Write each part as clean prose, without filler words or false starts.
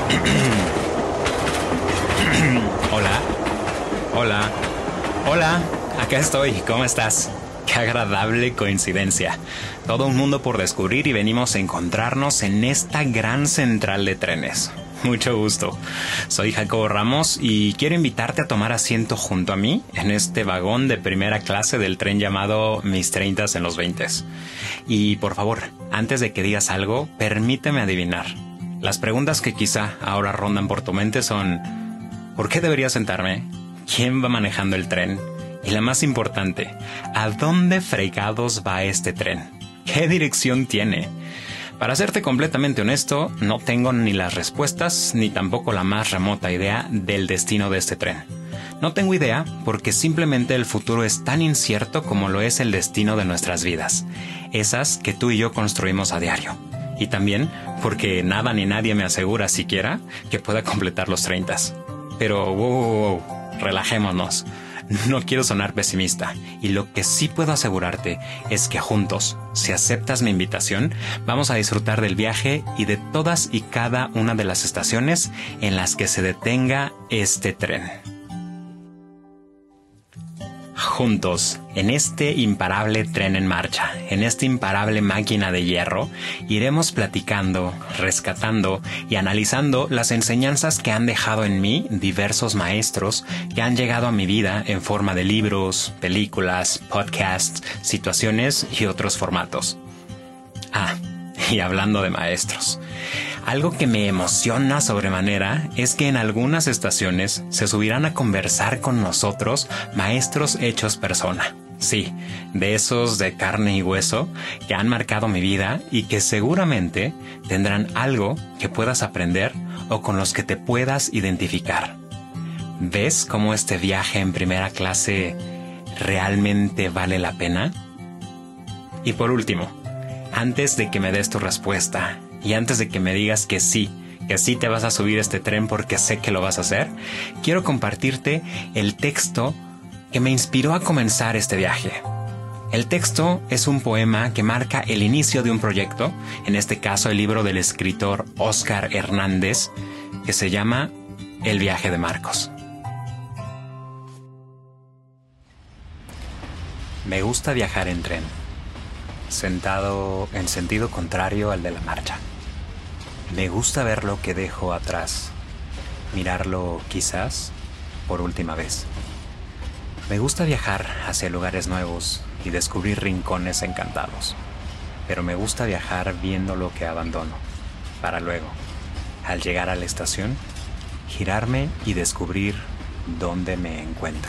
Hola, hola, hola, acá estoy, ¿cómo estás? Qué agradable coincidencia. Todo un mundo por descubrir y venimos a encontrarnos en esta gran central de trenes. Mucho gusto. Soy Jacobo Ramos y quiero invitarte a tomar asiento junto a mí en este vagón de primera clase del tren llamado Mis 30 en los 20. Y por favor, antes de que digas algo, permíteme adivinar. Las preguntas que quizá ahora rondan por tu mente son: ¿por qué debería sentarme? ¿Quién va manejando el tren? Y la más importante, ¿a dónde fregados va este tren? ¿Qué dirección tiene? Para serte completamente honesto, no tengo ni las respuestas ni tampoco la más remota idea del destino de este tren. No tengo idea porque simplemente el futuro es tan incierto como lo es el destino de nuestras vidas, esas que tú y yo construimos a diario. Y también porque nada ni nadie me asegura siquiera que pueda completar los 30. Pero wow, relajémonos. No quiero sonar pesimista, y lo que sí puedo asegurarte es que juntos, si aceptas mi invitación, vamos a disfrutar del viaje y de todas y cada una de las estaciones en las que se detenga este tren. Juntos, en este imparable tren en marcha, en esta imparable máquina de hierro, iremos platicando, rescatando y analizando las enseñanzas que han dejado en mí diversos maestros que han llegado a mi vida en forma de libros, películas, podcasts, situaciones y otros formatos. Y hablando de maestros, algo que me emociona sobremanera es que en algunas estaciones se subirán a conversar con nosotros maestros hechos persona. Sí, de esos de carne y hueso que han marcado mi vida y que seguramente tendrán algo que puedas aprender o con los que te puedas identificar. ¿Ves cómo este viaje en primera clase realmente vale la pena? Y por último, antes de que me des tu respuesta y antes de que me digas que sí te vas a subir a este tren porque sé que lo vas a hacer, quiero compartirte el texto que me inspiró a comenzar este viaje. El texto es un poema que marca el inicio de un proyecto, en este caso el libro del escritor Óscar Hernández, que se llama El viaje de Marcos. Me gusta viajar en tren, sentado en sentido contrario al de la marcha. Me gusta ver lo que dejo atrás, mirarlo quizás por última vez. Me gusta viajar hacia lugares nuevos y descubrir rincones encantados, pero me gusta viajar viendo lo que abandono, para luego, al llegar a la estación, girarme y descubrir dónde me encuentro.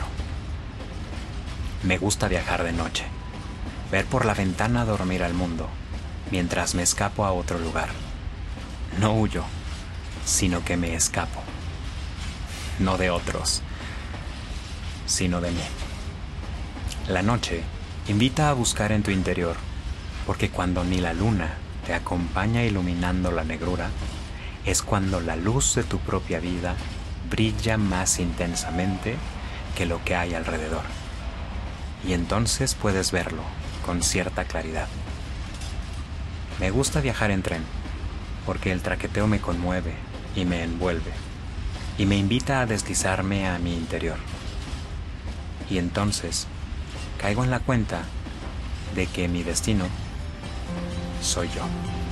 Me gusta viajar de noche, ver por la ventana dormir al mundo, mientras me escapo a otro lugar. No huyo, sino que me escapo. No de otros, sino de mí. La noche invita a buscar en tu interior, porque cuando ni la luna te acompaña iluminando la negrura, es cuando la luz de tu propia vida brilla más intensamente que lo que hay alrededor. Y entonces puedes verlo con cierta claridad. Me gusta viajar en tren, porque el traqueteo me conmueve y me envuelve, y me invita a deslizarme a mi interior. Y entonces caigo en la cuenta de que mi destino soy yo.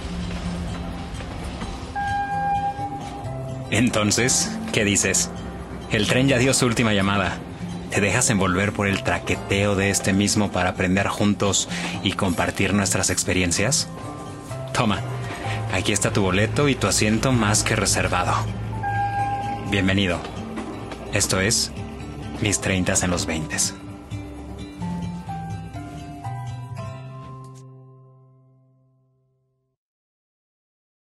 Entonces, ¿qué dices? El tren ya dio su última llamada. ¿Te dejas envolver por el traqueteo de este mismo para aprender juntos y compartir nuestras experiencias? Toma, aquí está tu boleto y tu asiento más que reservado. Bienvenido. Esto es Mis 30 en los 20.